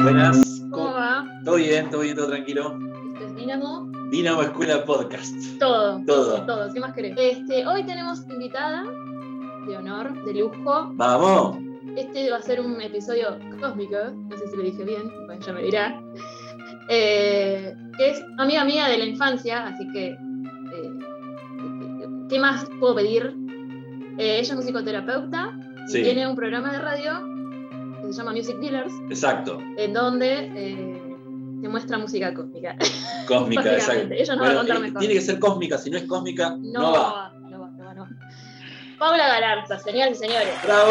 Buenas. ¿Cómo va? Todo bien, todo tranquilo. Esto es Dínamo. Dínamo Escuela Podcast. Todo. ¿Qué más querés? Hoy tenemos invitada de honor, de lujo. ¡Vamos! Este va a ser un episodio cósmico, no sé si lo dije bien, bueno, ya me dirá. Que es amiga mía de la infancia, así que ¿qué más puedo pedir? Ella es musicoterapeuta y Sí. tiene un programa de radio que se llama Music Dealers, Exacto. en donde te muestra música cósmica. Cósmica, exacto. Ella nos va a contar mejor. Tiene que ser cósmica, si no es cósmica, no va. No. Paula Galarza, señoras y señores. ¡Bravo!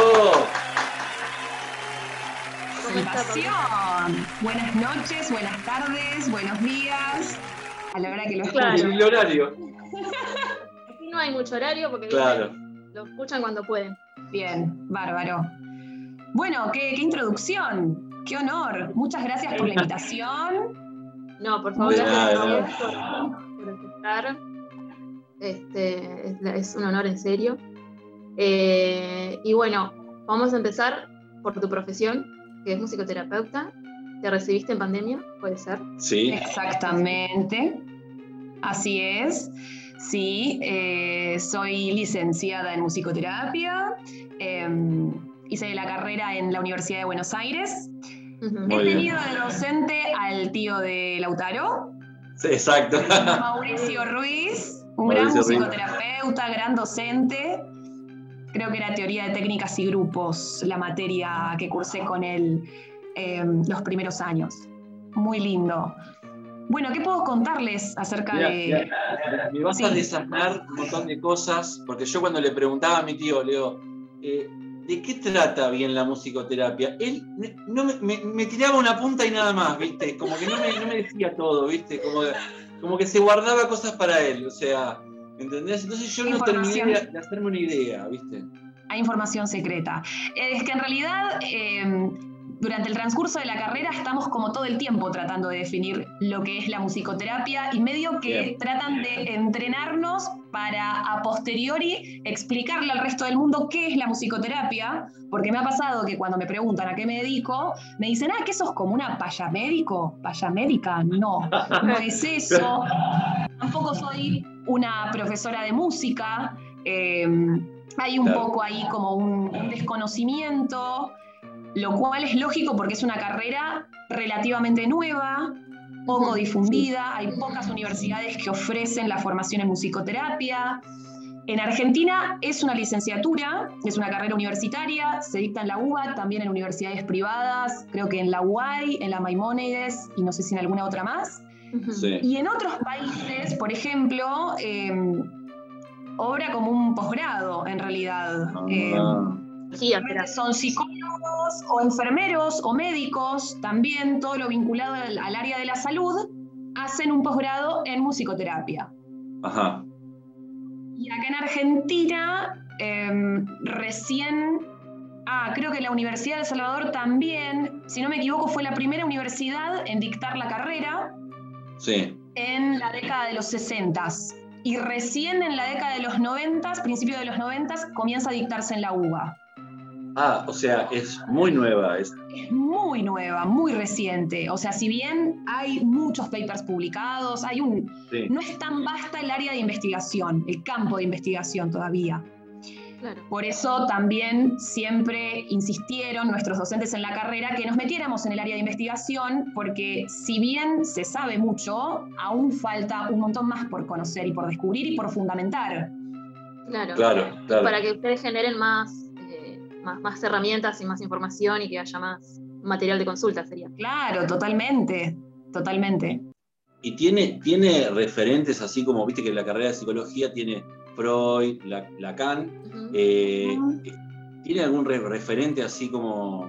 ¿Cómo está, Presentación. Buenas noches, buenas tardes, buenos días. A la hora que lo escuchen. Claro. El horario. Aquí no hay mucho horario porque Claro. lo escuchan cuando pueden. Bien, bárbaro. Bueno, qué introducción. Qué honor. Muchas gracias por la invitación. No, por favor, De gracias nada, a ustedes por aceptar. Es un honor en serio. Y bueno, vamos a empezar por tu profesión, que es musicoterapeuta. ¿Te recibiste en pandemia? ¿Puede ser? Sí. Exactamente. Así es. Sí, soy licenciada en musicoterapia. Hice la carrera en la Universidad de Buenos Aires. Muy He bien. tenido de docente al tío de Lautaro, Sí, exacto. Mauricio Ruiz, un Mauricio gran Ruiz. musicoterapeuta, gran docente. Creo que era teoría de técnicas y grupos, la materia que cursé con él los primeros años. Muy lindo. Bueno, ¿qué puedo contarles acerca de...? Mira, me vas a desasnar un montón de cosas, porque yo cuando le preguntaba a mi tío, le digo, ¿de qué trata bien la musicoterapia? Él no me tiraba una punta y nada más, ¿viste? Como que no me decía todo, ¿viste? Como que se guardaba cosas para él, o sea, ¿entendés? Entonces yo no terminé de hacerme una idea, ¿viste? Hay información secreta. Es que en realidad, durante el transcurso de la carrera estamos como todo el tiempo tratando de definir lo que es la musicoterapia y medio que Bien. tratan de entrenarnos para a posteriori explicarle al resto del mundo qué es la musicoterapia, porque me ha pasado que cuando me preguntan a qué me dedico, me dicen, ¿qué sos como una payamédico? ¿Payamédica? No es eso. Tampoco soy una profesora de música. Hay un Claro. poco ahí como un desconocimiento, lo cual es lógico porque es una carrera relativamente nueva, poco difundida, hay pocas universidades que ofrecen la formación en musicoterapia. En Argentina es una licenciatura, es una carrera universitaria, se dicta en la UBA, también en universidades privadas, creo que en la UAI, en la Maimónides y no sé si en alguna otra más. Sí. Y en otros países, por ejemplo, obra como un posgrado en realidad. Sí, Son psicólogos o enfermeros o médicos, también todo lo vinculado al área de la salud, hacen un posgrado en musicoterapia. Ajá. Y acá en Argentina, recién, creo que la Universidad de El Salvador también, si no me equivoco, fue la primera universidad en dictar la carrera. Sí. En la década de los 60s. Y recién en la década de los 90s, principio de los 90s, comienza a dictarse en la UBA. O sea, es muy nueva. Es muy nueva, muy reciente. O sea, si bien hay muchos papers publicados, Sí. no es tan vasta el área de investigación, el campo de investigación todavía. Claro. Por eso también siempre insistieron nuestros docentes en la carrera que nos metiéramos en el área de investigación, porque si bien se sabe mucho, aún falta un montón más por conocer y por descubrir y por fundamentar. Claro. Para que ustedes generen más herramientas y más información y que haya más material de consulta, sería. Claro, totalmente. Y tiene referentes así como, viste que la carrera de psicología tiene Freud, Lacan. ¿Tiene algún referente así como...?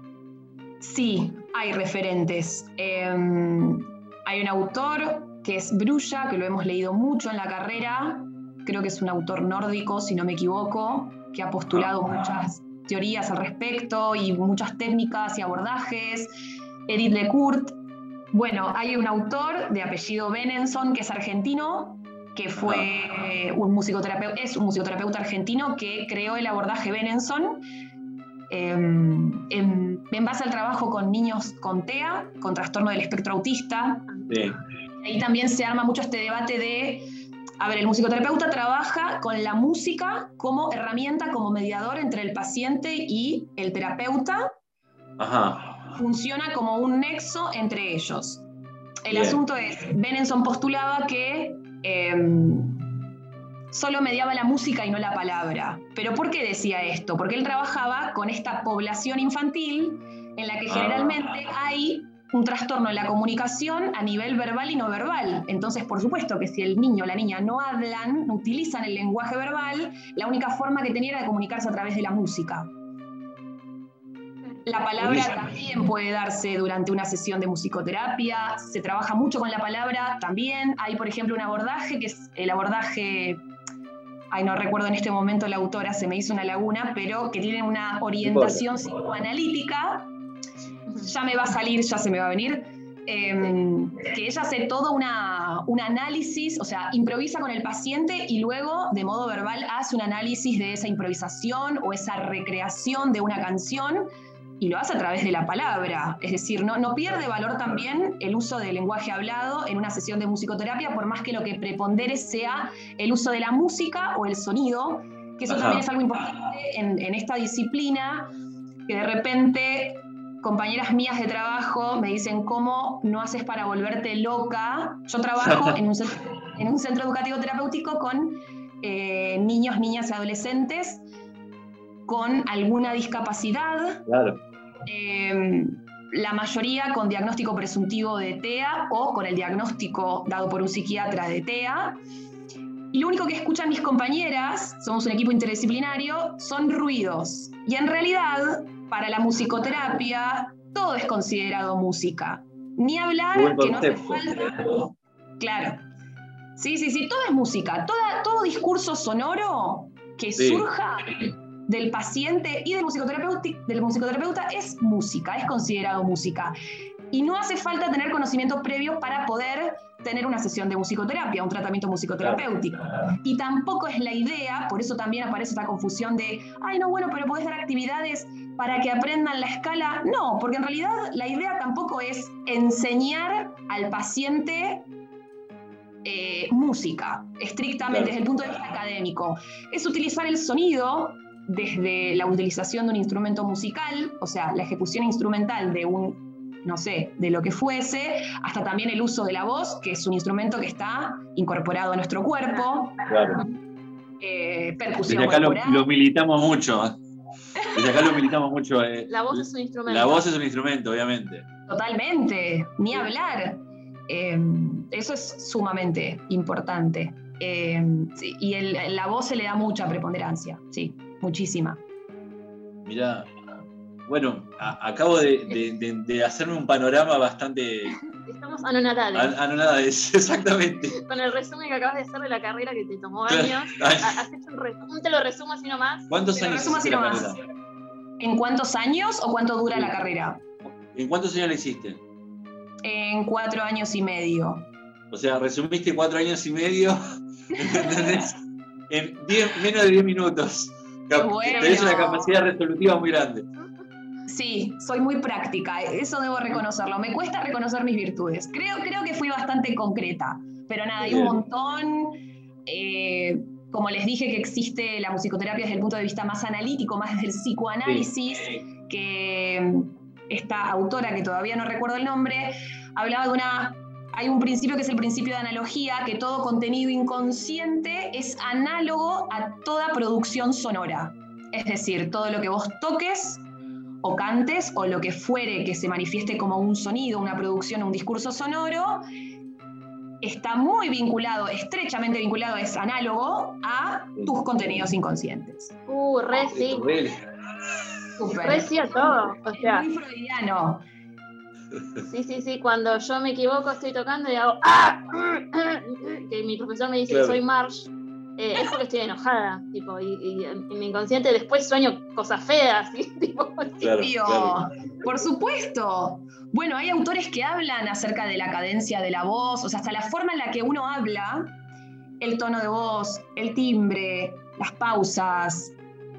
Sí, hay referentes. Hay un autor que es Brulla, que lo hemos leído mucho en la carrera. Creo que es un autor nórdico, si no me equivoco, que ha postulado muchas teorías al respecto y muchas técnicas y abordajes. Edith Lecourt. Bueno, hay un autor de apellido Benenson, que es argentino, que fue es un musicoterapeuta argentino que creó el abordaje Benenson, en base al trabajo con niños con TEA, con trastorno del espectro autista. Sí. Ahí también se arma mucho este debate de, a ver, el musicoterapeuta trabaja con la música como herramienta, como mediador entre el paciente y el terapeuta. Ajá. Funciona como un nexo entre ellos. El Bien. asunto es, Benenson postulaba que solo mediaba la música y no la palabra. ¿Pero por qué decía esto? Porque él trabajaba con esta población infantil en la que generalmente hay un trastorno en la comunicación a nivel verbal y no verbal. Entonces, por supuesto que si el niño o la niña no hablan, no utilizan el lenguaje verbal, la única forma que tenía era de comunicarse a través de la música. La palabra también puede darse durante una sesión de musicoterapia, se trabaja mucho con la palabra también. Hay, por ejemplo, un abordaje que es el abordaje, no recuerdo en este momento la autora, se me hizo una laguna, pero que tiene una orientación psicoanalítica, ya me va a salir, ya se me va a venir, que ella hace todo un análisis, o sea, improvisa con el paciente y luego, de modo verbal, hace un análisis de esa improvisación o esa recreación de una canción, y lo hace a través de la palabra. Es decir, no pierde valor también el uso del lenguaje hablado en una sesión de musicoterapia, por más que lo que prepondere sea el uso de la música o el sonido, que eso también es algo importante en esta disciplina, que de repente compañeras mías de trabajo me dicen, ¿cómo no haces para volverte loca? Yo trabajo en un centro educativo terapéutico con niños, niñas y adolescentes con alguna discapacidad. Claro. La mayoría con diagnóstico presuntivo de TEA o con el diagnóstico dado por un psiquiatra de TEA. Y lo único que escuchan mis compañeras, somos un equipo interdisciplinario, son ruidos. Y en realidad, para la musicoterapia, todo es considerado música. Ni hablar que no hace falta. Claro. Sí, todo es música. Todo discurso sonoro que surja del paciente y del musicoterapeuta es música, es considerado música. Y no hace falta tener conocimiento previo para poder tener una sesión de musicoterapia, un tratamiento musicoterapéutico. Y tampoco es la idea, por eso también aparece esta confusión de, pero podés dar actividades para que aprendan la escala. No, porque en realidad la idea tampoco es enseñar al paciente música, estrictamente desde el punto de vista académico. Es utilizar el sonido desde la utilización de un instrumento musical, o sea, la ejecución instrumental de de lo que fuese, hasta también el uso de la voz, que es un instrumento que está incorporado a nuestro cuerpo. Claro. Percusión Desde acá corporal. lo militamos mucho. Desde acá lo militamos mucho. La voz es un instrumento. La voz es un instrumento, obviamente. Totalmente, ni hablar. Eso es sumamente importante. Y la voz se le da mucha preponderancia, sí, muchísima. Mirá, bueno, acabo de hacerme un panorama bastante... Estamos anonadados. Anonadados, exactamente. Con el resumen que acabas de hacer de la carrera que te tomó años, has hecho un resumen, te lo resumo así nomás. ¿Cuántos años hiciste la carrera? ¿En cuántos años o cuánto dura la carrera? ¿En cuántos años la hiciste? En 4 años y medio. O sea, resumiste 4 años y medio en menos de 10 minutos. Bueno. Tenés una capacidad resolutiva muy grande. Sí, soy muy práctica, eso debo reconocerlo. Me cuesta reconocer mis virtudes. Creo que fui bastante concreta, pero nada, hay un montón. Como les dije, que existe la musicoterapia desde el punto de vista más analítico, más desde el psicoanálisis, que esta autora, que todavía no recuerdo el nombre, hablaba de hay un principio que es el principio de analogía, que todo contenido inconsciente es análogo a toda producción sonora. Es decir, todo lo que vos toques o cantes, o lo que fuere que se manifieste como un sonido, una producción, un discurso sonoro, está muy vinculado, estrechamente vinculado, es análogo a tus contenidos inconscientes. Re sí. Súper. Re sí a todo. O sea, es muy freudiano. Sí, cuando yo me equivoco estoy tocando y hago que mi profesor me dice que soy Marge, es porque estoy enojada, tipo, y en mi inconsciente después sueño cosas feas, ¿sí? Tipo, Claro. Por supuesto. Bueno, hay autores que hablan acerca de la cadencia de la voz, o sea, hasta la forma en la que uno habla, el tono de voz, el timbre, las pausas,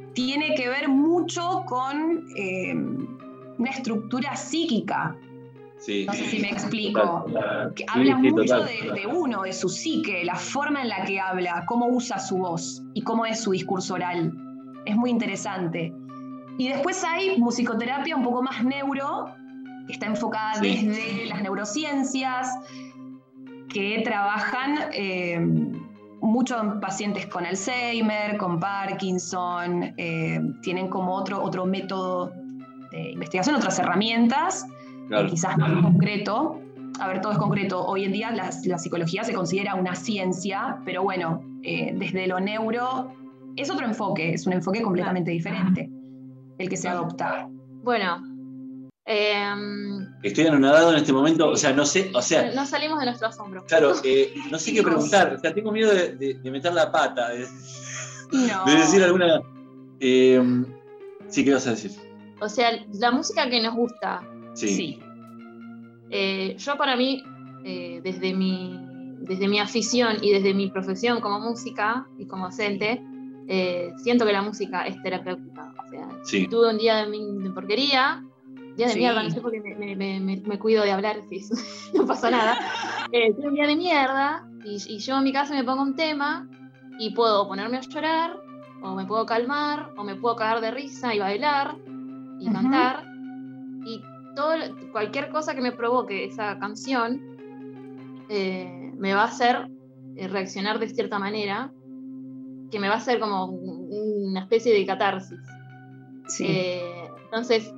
tiene que ver mucho con una estructura psíquica. Sí. No sé si me explico. Total. Que habla mucho total. de uno, de su psique, la forma en la que habla, cómo usa su voz y cómo es su discurso oral. Es muy interesante. Y después hay musicoterapia un poco más neuro, que está enfocada desde las neurociencias, que trabajan mucho en pacientes con Alzheimer, con Parkinson, tienen como otro método de investigación, otras herramientas, quizás más concreto. A ver, todo es concreto. Hoy en día la psicología se considera una ciencia, pero bueno, desde lo neuro es otro enfoque, es un enfoque completamente diferente el que se adopta. Bueno. Estoy anonadado en este momento, o sea, no sé, no salimos de nuestro asombro. Claro, no sé qué preguntar, o sea, tengo miedo de meter la pata, de decir alguna... sí, ¿qué vas a decir? O sea, la música que nos gusta. Sí. Yo para mí, desde mi afición y desde mi profesión como música y como docente, siento que la música es terapéutica. O sea, tuve un día de porquería, día de mierda, no sé por qué me cuido de hablar, si no pasa nada. Tuve un día de mierda y yo en mi casa me pongo un tema y puedo ponerme a llorar, o me puedo calmar, o me puedo cagar de risa y bailar y cantar. Y cualquier cosa que me provoque esa canción me va a hacer reaccionar de cierta manera, que me va a hacer como una especie de catarsis. Entonces,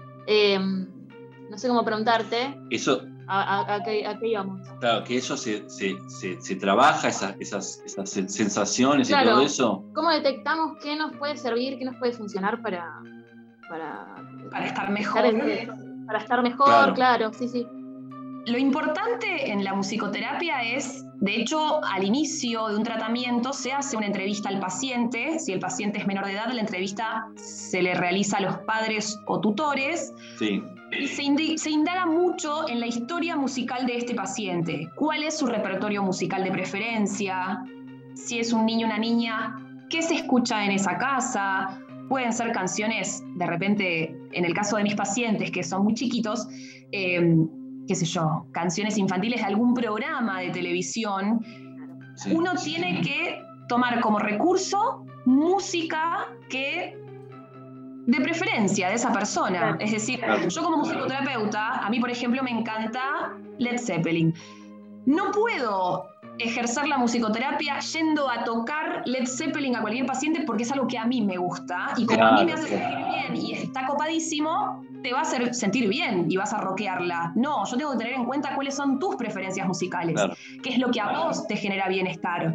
no sé cómo preguntarte. Eso. ¿A qué íbamos? Claro, que eso se trabaja, esas sensaciones, claro, y todo eso. ¿Cómo detectamos qué nos puede servir, qué nos puede funcionar para estar mejor? Para estar mejor, claro, sí. Lo importante en la musicoterapia es, de hecho, al inicio de un tratamiento se hace una entrevista al paciente. Si el paciente es menor de edad, la entrevista se le realiza a los padres o tutores. Sí. Y se indaga mucho en la historia musical de este paciente. ¿Cuál es su repertorio musical de preferencia? Si es un niño o una niña, ¿qué se escucha en esa casa? Pueden ser canciones, de repente, en el caso de mis pacientes, que son muy chiquitos, qué sé yo, canciones infantiles de algún programa de televisión. Sí. Uno tiene que tomar como recurso música que de preferencia de esa persona. Claro. Es decir, yo como musicoterapeuta, a mí, por ejemplo, me encanta Led Zeppelin. No puedo ejercer la musicoterapia yendo a tocar Led Zeppelin a cualquier paciente porque es algo que a mí me gusta y como a mí me hace sentir bien y está copadísimo, te va a hacer sentir bien y vas a rockearla. No, yo tengo que tener en cuenta cuáles son tus preferencias musicales, qué es lo que a vos te genera bienestar.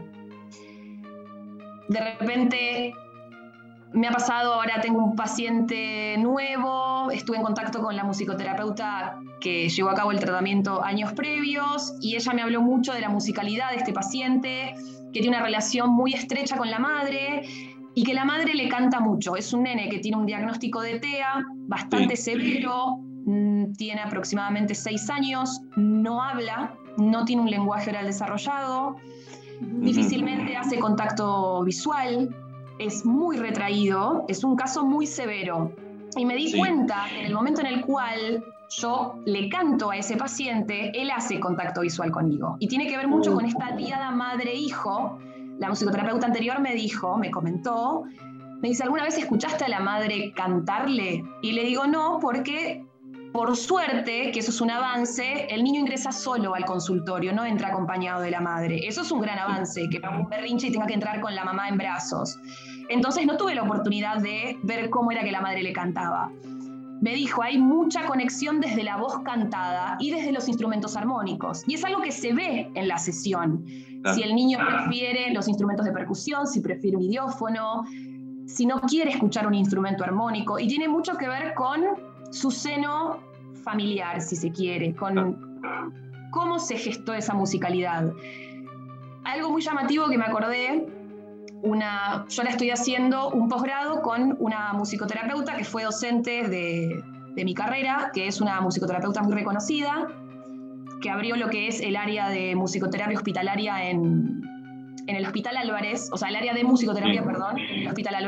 De repente me ha pasado, ahora tengo un paciente nuevo, estuve en contacto con la musicoterapeuta que llevó a cabo el tratamiento años previos y ella me habló mucho de la musicalidad de este paciente, que tiene una relación muy estrecha con la madre y que la madre le canta mucho. Es un nene que tiene un diagnóstico de TEA bastante severo, tiene aproximadamente 6 años, no habla, no tiene un lenguaje oral desarrollado, difícilmente hace contacto visual, es muy retraído, es un caso muy severo. Y me di cuenta que en el momento en el cual yo le canto a ese paciente, él hace contacto visual conmigo. Y tiene que ver mucho con esta diada madre-hijo. La musicoterapeuta anterior me comentó, me dice, ¿alguna vez escuchaste a la madre cantarle? Y le digo, no, porque por suerte, que eso es un avance, el niño ingresa solo al consultorio, no entra acompañado de la madre. Eso es un gran avance, que haga un berrinche y tenga que entrar con la mamá en brazos. Entonces no tuve la oportunidad de ver cómo era que la madre le cantaba. Me dijo, hay mucha conexión desde la voz cantada y desde los instrumentos armónicos. Y es algo que se ve en la sesión. Si el niño prefiere los instrumentos de percusión, si prefiere un idiófono, si no quiere escuchar un instrumento armónico. Y tiene mucho que ver con su seno familiar, si se quiere, con cómo se gestó esa musicalidad. Algo muy llamativo que me acordé, yo la estoy haciendo un posgrado con una musicoterapeuta que fue docente de mi carrera, que es una musicoterapeuta muy reconocida, que abrió lo que es el área de musicoterapia hospitalaria en el Hospital Álvarez, o sea, el área de musicoterapia, perdón, en el Hospital Álvarez.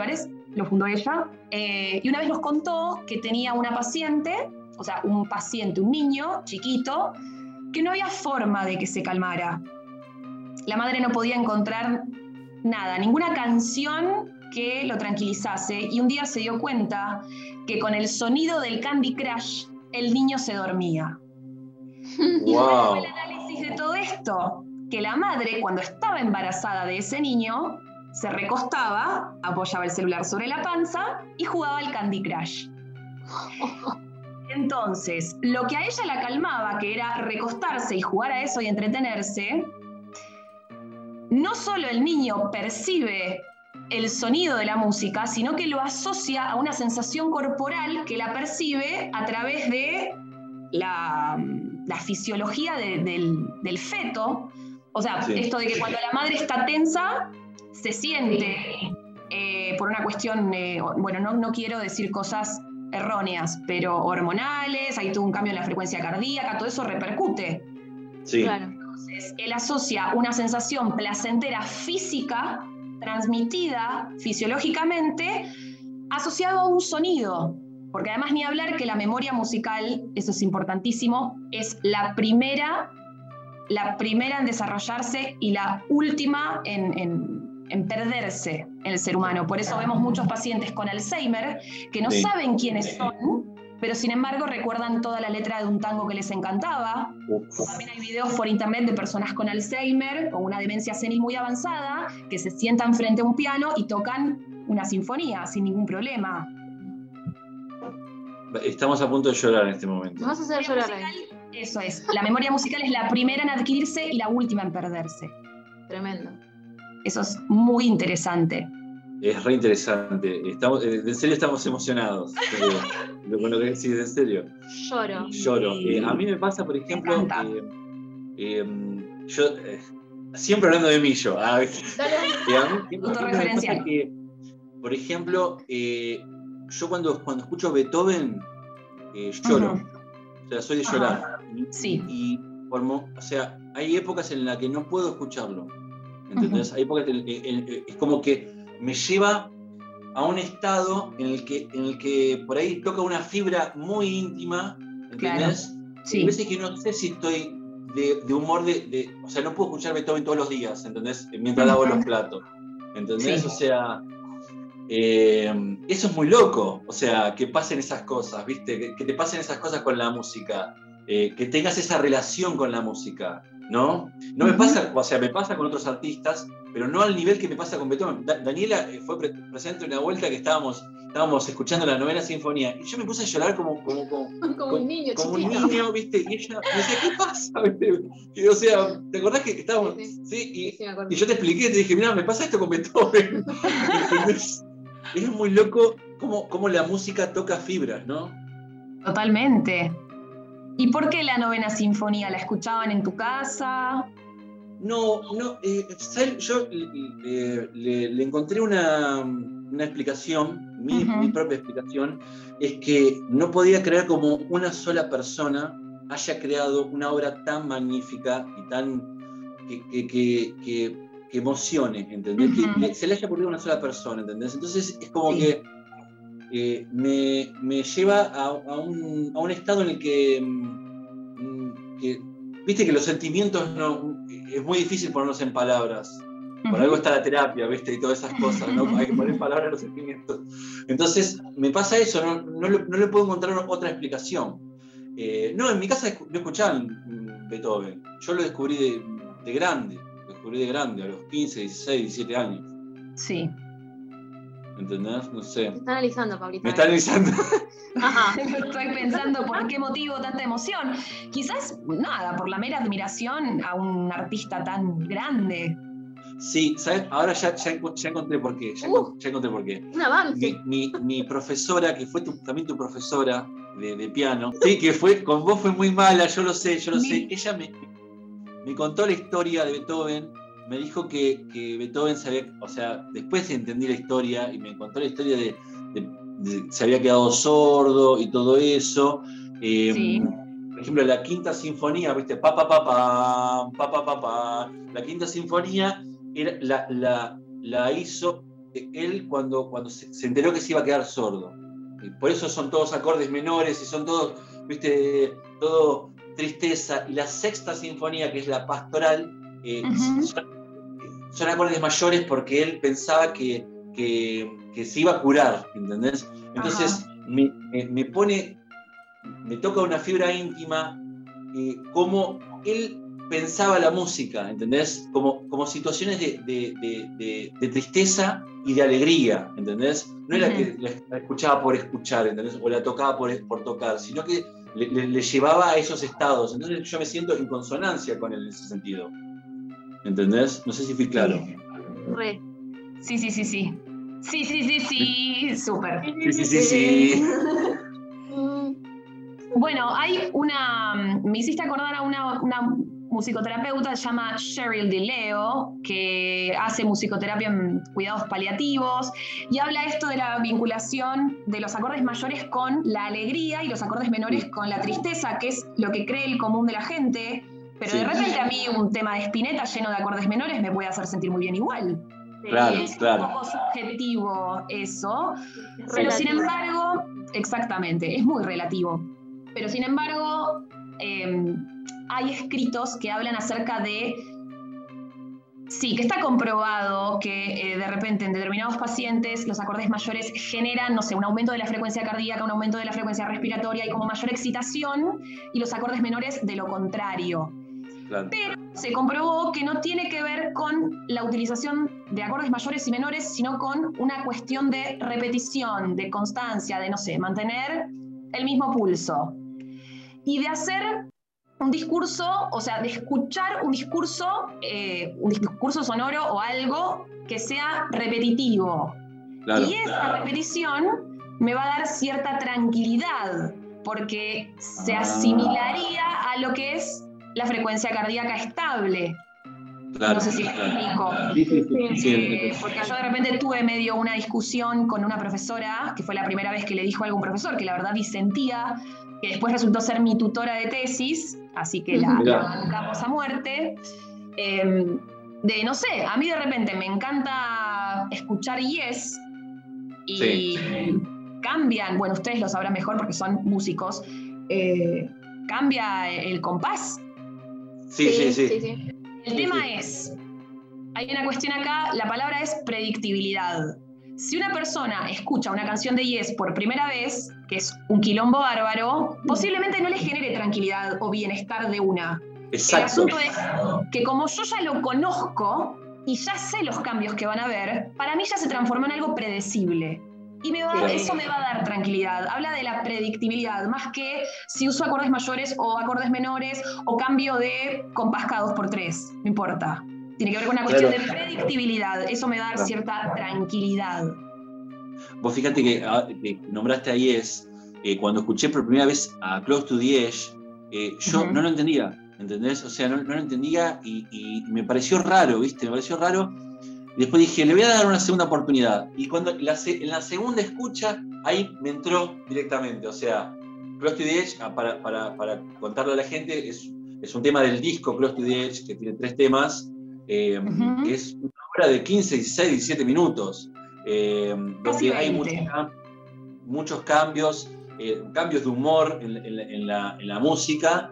lo fundó ella, y una vez nos contó que tenía una paciente, o sea, un niño chiquito, que no había forma de que se calmara. La madre no podía encontrar nada, ninguna canción que lo tranquilizase, y un día se dio cuenta que con el sonido del Candy Crush el niño se dormía. Wow. ¿Y cuál fue el análisis de todo esto? Que la madre, cuando estaba embarazada de ese niño, se recostaba, apoyaba el celular sobre la panza y jugaba al Candy Crush. Entonces, lo que a ella la calmaba, que era recostarse y jugar a eso y entretenerse, no solo el niño percibe el sonido de la música, sino que lo asocia a una sensación corporal que la percibe a través de la fisiología del feto. O sea, sí. Esto de que cuando la madre está tensa, se siente por una cuestión, bueno, no quiero decir cosas erróneas, pero hormonales, hay todo un cambio en la frecuencia cardíaca, todo eso repercute. Sí. Claro. Entonces, él asocia una sensación placentera física, transmitida fisiológicamente, asociado a un sonido. Porque además ni hablar que la memoria musical, eso es importantísimo, es la primera en desarrollarse y la última en perderse en el ser humano. Por eso vemos muchos pacientes con Alzheimer que no saben quiénes son, pero sin embargo recuerdan toda la letra de un tango que les encantaba. También hay videos por internet de personas con Alzheimer o una demencia senil muy avanzada que se sientan frente a un piano y tocan una sinfonía sin ningún problema. Estamos a punto de llorar en este momento. Nos vas a hacer llorar. Eso es. La memoria musical es la primera en adquirirse y la última en perderse. Tremendo. Eso es muy interesante. Es re interesante. En serio estamos emocionados con lo que decís, en serio. Lloro. A mí me pasa, por ejemplo, yo siempre hablando de mí yo. A mí autorreferencial. Que, por ejemplo, yo cuando escucho Beethoven, lloro. O sea, soy de llorar. Sí. O sea, hay épocas en las que no puedo escucharlo. ¿Entendés? Hay épocas es como que me lleva a un estado en el que por ahí toca una fibra muy íntima, ¿entendés? Claro. Sí. Hay veces que no sé si estoy de humor o sea, no puedo escuchar Beethoven todos los días, ¿entendés? Mientras lavo los platos, ¿entendés? Sí. O sea, eso es muy loco, o sea, que pasen esas cosas, ¿viste? Que te pasen esas cosas con la música, que tengas esa relación con la música, ¿no? No me pasa, o sea, me pasa con otros artistas, pero no al nivel que me pasa con Beethoven. Daniela fue presente una vuelta que estábamos escuchando la 9ª Sinfonía, y yo me puse a llorar como un niño como chiquito. Un niño, ¿viste? Y ella me decía, ¿qué pasa? ¿Viste? O sea, ¿te acordás que estábamos? Sí, y yo te expliqué, te dije, mirá, me pasa esto con Beethoven. ¿Entendés? Es muy loco cómo la música toca fibras, ¿no? Totalmente. ¿Y por qué la 9ª Sinfonía? ¿La escuchaban en tu casa? No, yo le encontré una explicación, mi propia explicación, es que no podía creer como una sola persona haya creado una obra tan magnífica y tan que emocione, ¿entendés? Que se le haya ocurrido a una sola persona, ¿entendés? Entonces es como que me lleva a un estado en el que viste que los sentimientos es muy difícil ponerlos en palabras. Por algo está la terapia, ¿viste? Y todas esas cosas, ¿no? Hay que poner en palabras los sentimientos. Entonces, me pasa eso, no le puedo encontrar otra explicación. No, en mi casa no escuchaban Beethoven. Yo lo descubrí de grande. A los 15, 16, 17 años. Sí. ¿Entendés? No sé. Te está analizando, Pablito. Me está analizando. Ajá. Estoy pensando por qué motivo tanta emoción. Quizás, nada, por la mera admiración a un artista tan grande. Sí, ¿sabes? Ahora ya encontré por qué. Ya encontré por qué. Un avance. Mi profesora, que fue también tu profesora de piano, sí, que con vos fue muy mala, yo lo sé. Ella me contó la historia de Beethoven. Me dijo que Beethoven o sea, después entendí la historia y me contó la historia de se había quedado sordo y todo eso. Sí. Por ejemplo, la 5ª Sinfonía, ¿viste? Pa, pa, pa, pa, pa, pa, pa, pa. La 5ª Sinfonía la hizo él cuando se enteró que se iba a quedar sordo. Y por eso son todos acordes menores y son todos, ¿viste? Todo tristeza. Y la sexta sinfonía, que es la pastoral, son acordes mayores porque él pensaba que se iba a curar, ¿entendés? Entonces me toca una fibra íntima, cómo él pensaba la música, ¿entendés? Como situaciones de tristeza y de alegría, ¿entendés? No era que la escuchaba por escuchar, ¿entendés? O la tocaba por tocar, sino que le llevaba a esos estados. Entonces yo me siento en consonancia con él en ese sentido. ¿Entendés? No sé si fui claro. Sí. Sí, súper. Sí. Bueno, me hiciste acordar a una musicoterapeuta, se llama Cheryl DeLeo, que hace musicoterapia en cuidados paliativos y habla esto de la vinculación de los acordes mayores con la alegría y los acordes menores con la tristeza, que es lo que cree el común de la gente, pero de repente a mí un tema de Spinetta lleno de acordes menores me puede hacer sentir muy bien igual. Claro. Un poco subjetivo eso, pero sin embargo, exactamente, es muy relativo. Pero sin embargo, hay escritos que hablan acerca de, sí, que está comprobado que de repente en determinados pacientes los acordes mayores generan, no sé, un aumento de la frecuencia cardíaca, un aumento de la frecuencia respiratoria y como mayor excitación, y los acordes menores de lo contrario. Claro. Pero se comprobó que no tiene que ver con la utilización de acordes mayores y menores, sino con una cuestión de repetición, de constancia, de, no sé, mantener el mismo pulso. Y de hacer un discurso, o sea, de escuchar un discurso sonoro o algo que sea repetitivo. Claro. Y esa repetición me va a dar cierta tranquilidad, porque se asimilaría a lo que es la frecuencia cardíaca estable. Claro, no sé si me explico. Sí. Porque yo de repente tuve medio una discusión con una profesora, que fue la primera vez que le dijo algo a un profesor, que la verdad disentía, que después resultó ser mi tutora de tesis, así que la bancamos a muerte. No sé, a mí de repente me encanta escuchar Yes y cambian, bueno, ustedes lo sabrán mejor porque son músicos, cambia el compás. Sí. El tema es, hay una cuestión acá, la palabra es predictibilidad. Si una persona escucha una canción de Yes por primera vez, que es un quilombo bárbaro, posiblemente no le genere tranquilidad o bienestar de una. Exacto. El asunto es que como yo ya lo conozco y ya sé los cambios que van a haber, para mí ya se transformó en algo predecible. Y eso me va a dar tranquilidad. Habla de la predictibilidad, más que si uso acordes mayores o acordes menores o cambio de compás cada 2x3, no importa. Tiene que ver con una cuestión de predictibilidad. Eso me va a dar cierta tranquilidad. Vos fíjate que nombraste a Yes, cuando escuché por primera vez a Close to the Edge, yo no lo entendía, ¿entendés? O sea, no lo entendía y me pareció raro, ¿viste? Me pareció raro. Y después dije, le voy a dar una segunda oportunidad. Y cuando en la segunda escucha, ahí me entró directamente. O sea, Close to the Edge, para contarle a la gente, es un tema del disco Close to the Edge, que tiene 3 temas, que es una obra de 15, 16, 17 minutos, donde hay muchos cambios, cambios de humor en la música.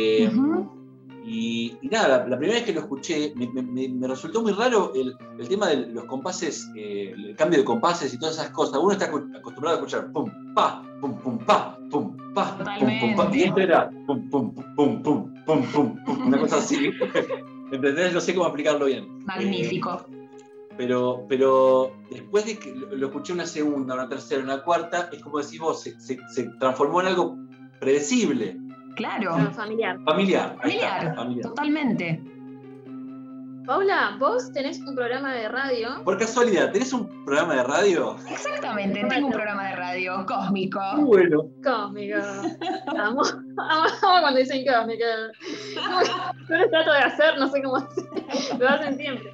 Y nada, la primera vez que lo escuché me resultó muy raro el tema de los compases, el cambio de compases y todas esas cosas. Uno está acostumbrado a escuchar pum, pa, pum, pum, pa, pum, pa, pum, pum, pa. Y esto era pum, pum, pum, pum, pum, pum, pum, una cosa así. ¿Entendés? No sé cómo explicarlo bien. Magnífico. Pero después de que lo escuché una segunda, una tercera, una cuarta, es como decís vos, se transformó en algo predecible. Claro. Familiar, totalmente. Paula, vos tenés un programa de radio. Por casualidad, ¿tenés un programa de radio? Exactamente, tengo un programa de radio cósmico. Bueno. Cósmico. Amo cuando dicen cósmico. Yo lo trato de hacer, no sé cómo hacer. Lo hacen siempre.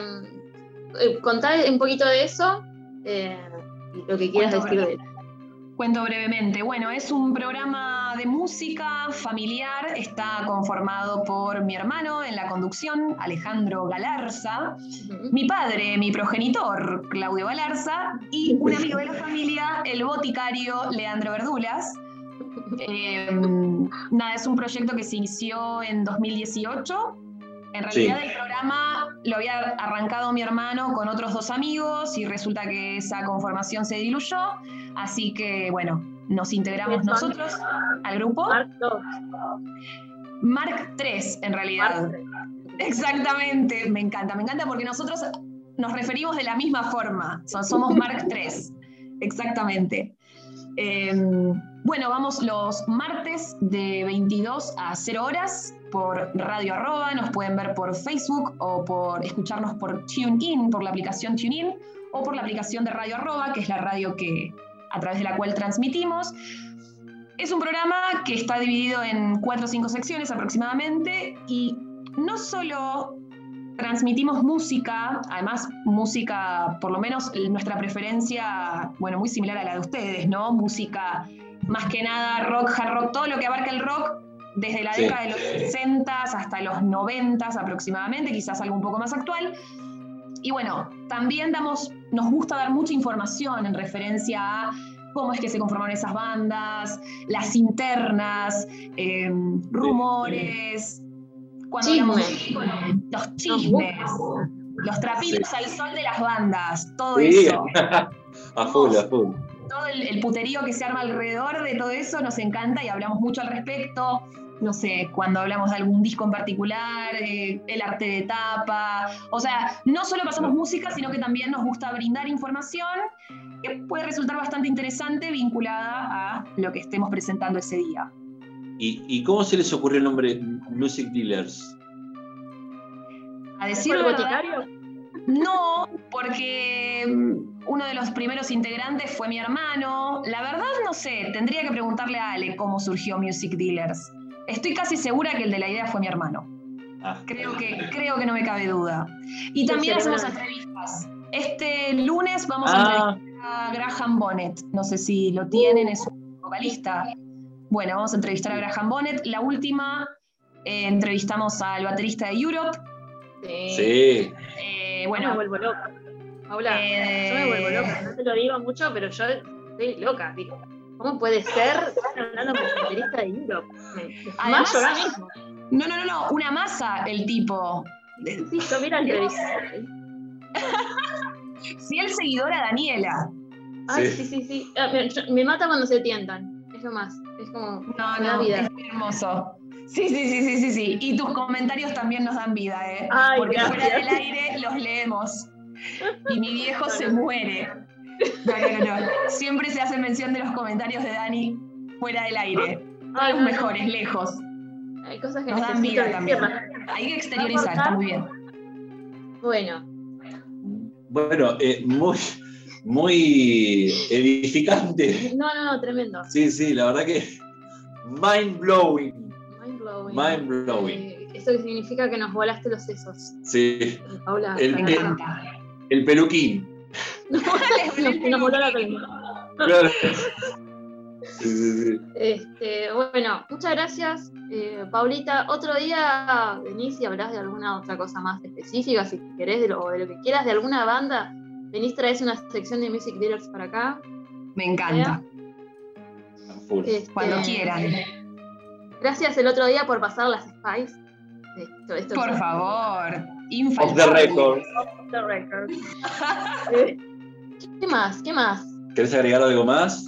Contá un poquito de eso y lo que quieras decir de él. Cuento brevemente. Bueno, es un programa de música familiar, está conformado por mi hermano en la conducción, Alejandro Galarza, mi padre, mi progenitor, Claudio Galarza, y un amigo de la familia, el boticario Leandro Verdulas. Nada, es un proyecto que se inició en 2018. En realidad el programa lo había arrancado mi hermano con otros 2 amigos y resulta que esa conformación se diluyó, así que bueno, nos integramos nosotros al grupo. Mark 2. Mark 3 en realidad. Exactamente, me encanta porque nosotros nos referimos de la misma forma, somos Mark 3, exactamente. Bueno, vamos los martes de 22 a 0 horas por Radio Arroba, nos pueden ver por Facebook o por escucharnos por TuneIn, por la aplicación TuneIn o por la aplicación de Radio Arroba, que es la radio a través de la cual transmitimos. Es un programa que está dividido en 4 o 5 secciones aproximadamente y no solo transmitimos música, además música, por lo menos nuestra preferencia, bueno, muy similar a la de ustedes, ¿no? Música más que nada rock, hard rock, todo lo que abarca el rock desde la década de los 60 hasta los 90 aproximadamente, quizás algo un poco más actual. Y bueno, también nos gusta dar mucha información en referencia a cómo es que se conformaron esas bandas, las internas, rumores, cuando los chismes, los trapitos al sol de las bandas, todo eso. A full. Todo el puterío que se arma alrededor de todo eso nos encanta y hablamos mucho al respecto. No sé, cuando hablamos de algún disco en particular, el arte de tapa. O sea, no solo pasamos música, sino que también nos gusta brindar información que puede resultar bastante interesante vinculada a lo que estemos presentando ese día. ¿Y cómo se les ocurrió el nombre Music Dealers? A decir el boticario. No, porque uno de los primeros integrantes fue mi hermano. La verdad no sé, tendría que preguntarle a Ale cómo surgió Music Dealers. Estoy casi segura que el de la idea fue mi hermano. Creo que no me cabe duda. Y también hacemos entrevistas. Este lunes vamos a entrevistar a Graham Bonnet. No sé si lo tienen, es un vocalista. Bueno, vamos a entrevistar a Graham Bonnet. La última entrevistamos al baterista de Europe. Sí. Bueno, me vuelvo loca. Paula, yo me vuelvo loca. No te lo digo mucho, pero yo estoy loca. Digo, ¿cómo puede ser? Están hablando con el baterista de Europe. Además, ahora mismo. No, una masa el tipo. Sí, yo mira el entrevista. Fiel seguidora Daniela. Ay, sí. Me mata cuando se tientan. Es lo más. Es como una vida. Es muy hermoso. Sí. Y tus comentarios también nos dan vida, ¿eh? Ay, porque gracias. Fuera del aire los leemos. Y mi viejo se muere. No. Siempre se hace mención de los comentarios de Dani fuera del aire. Los mejores, lejos. Hay cosas que nos dan vida también. Hay que exteriorizar, está muy bien. Bueno, muy edificante. No, tremendo. Sí, la verdad que mind blowing. Esto que significa que nos volaste los sesos. Sí. Paula, el peluquín. Nos voló la peluca. Claro. Sí. Bueno, muchas gracias, Paulita. Otro día venís y hablás de alguna otra cosa más específica, si querés, de lo que quieras, de alguna banda. Venís, traes una sección de Music Dealers para acá. Me encanta. Cuando quieran. Gracias el otro día por pasar las Spice. Por favor. Off the record. ¿Qué más? ¿Querés agregar algo más?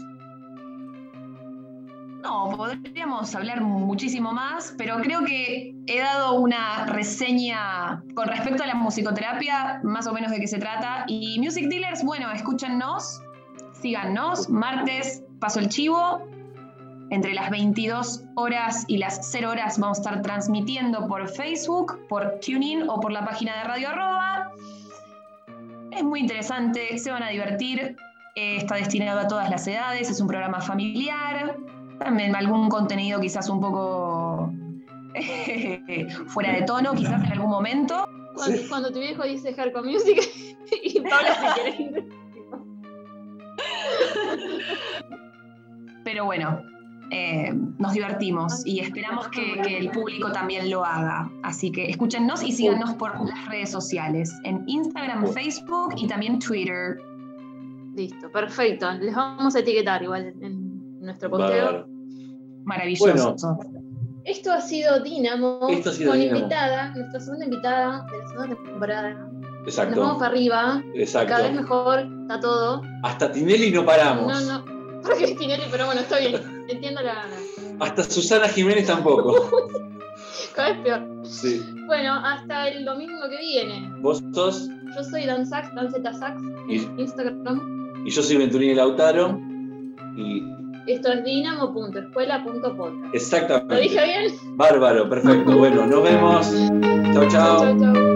No, podríamos hablar muchísimo más, pero creo que he dado una reseña con respecto a la musicoterapia, más o menos de qué se trata. Y Music Dealers, bueno, escúchennos, síganos. Martes paso el chivo. Entre las 22 horas y las 0 horas vamos a estar transmitiendo por Facebook, por TuneIn o por la página de Radio Arroba. Es muy interesante, se van a divertir. Está destinado a todas las edades, es un programa familiar. También algún contenido quizás un poco fuera de tono, quizás en algún momento. Cuando tu viejo dice Hardcore Music y Paula se quiere ir. pero bueno, nos divertimos y esperamos que el público también lo haga. Así que escúchennos y síganos por las redes sociales, en Instagram, Facebook y también Twitter. Listo, perfecto. Les vamos a etiquetar igual en nuestro posteo. Maravilloso. Bueno, esto ha sido Dínamo con Dínamo. Invitada, nuestra segunda invitada de la segunda temporada. Exacto. Nos vamos para arriba. Exacto. Cada vez mejor, está todo. Hasta Tinelli no paramos. No, porque es Tinelli, pero bueno, está bien. Entiendo la. Hasta Susana Jiménez tampoco. Cada vez peor. Sí. Bueno, hasta el domingo que viene. ¿Vos sos? Yo soy Dan Sax, Danceta Sax, en Instagram. Y yo soy Venturini Lautaro. Y esto es dinamo.escuela.podcast. Exactamente. ¿Lo dije bien? Bárbaro, perfecto. Bueno, nos vemos. Chau, chau. Chau, chau, chau.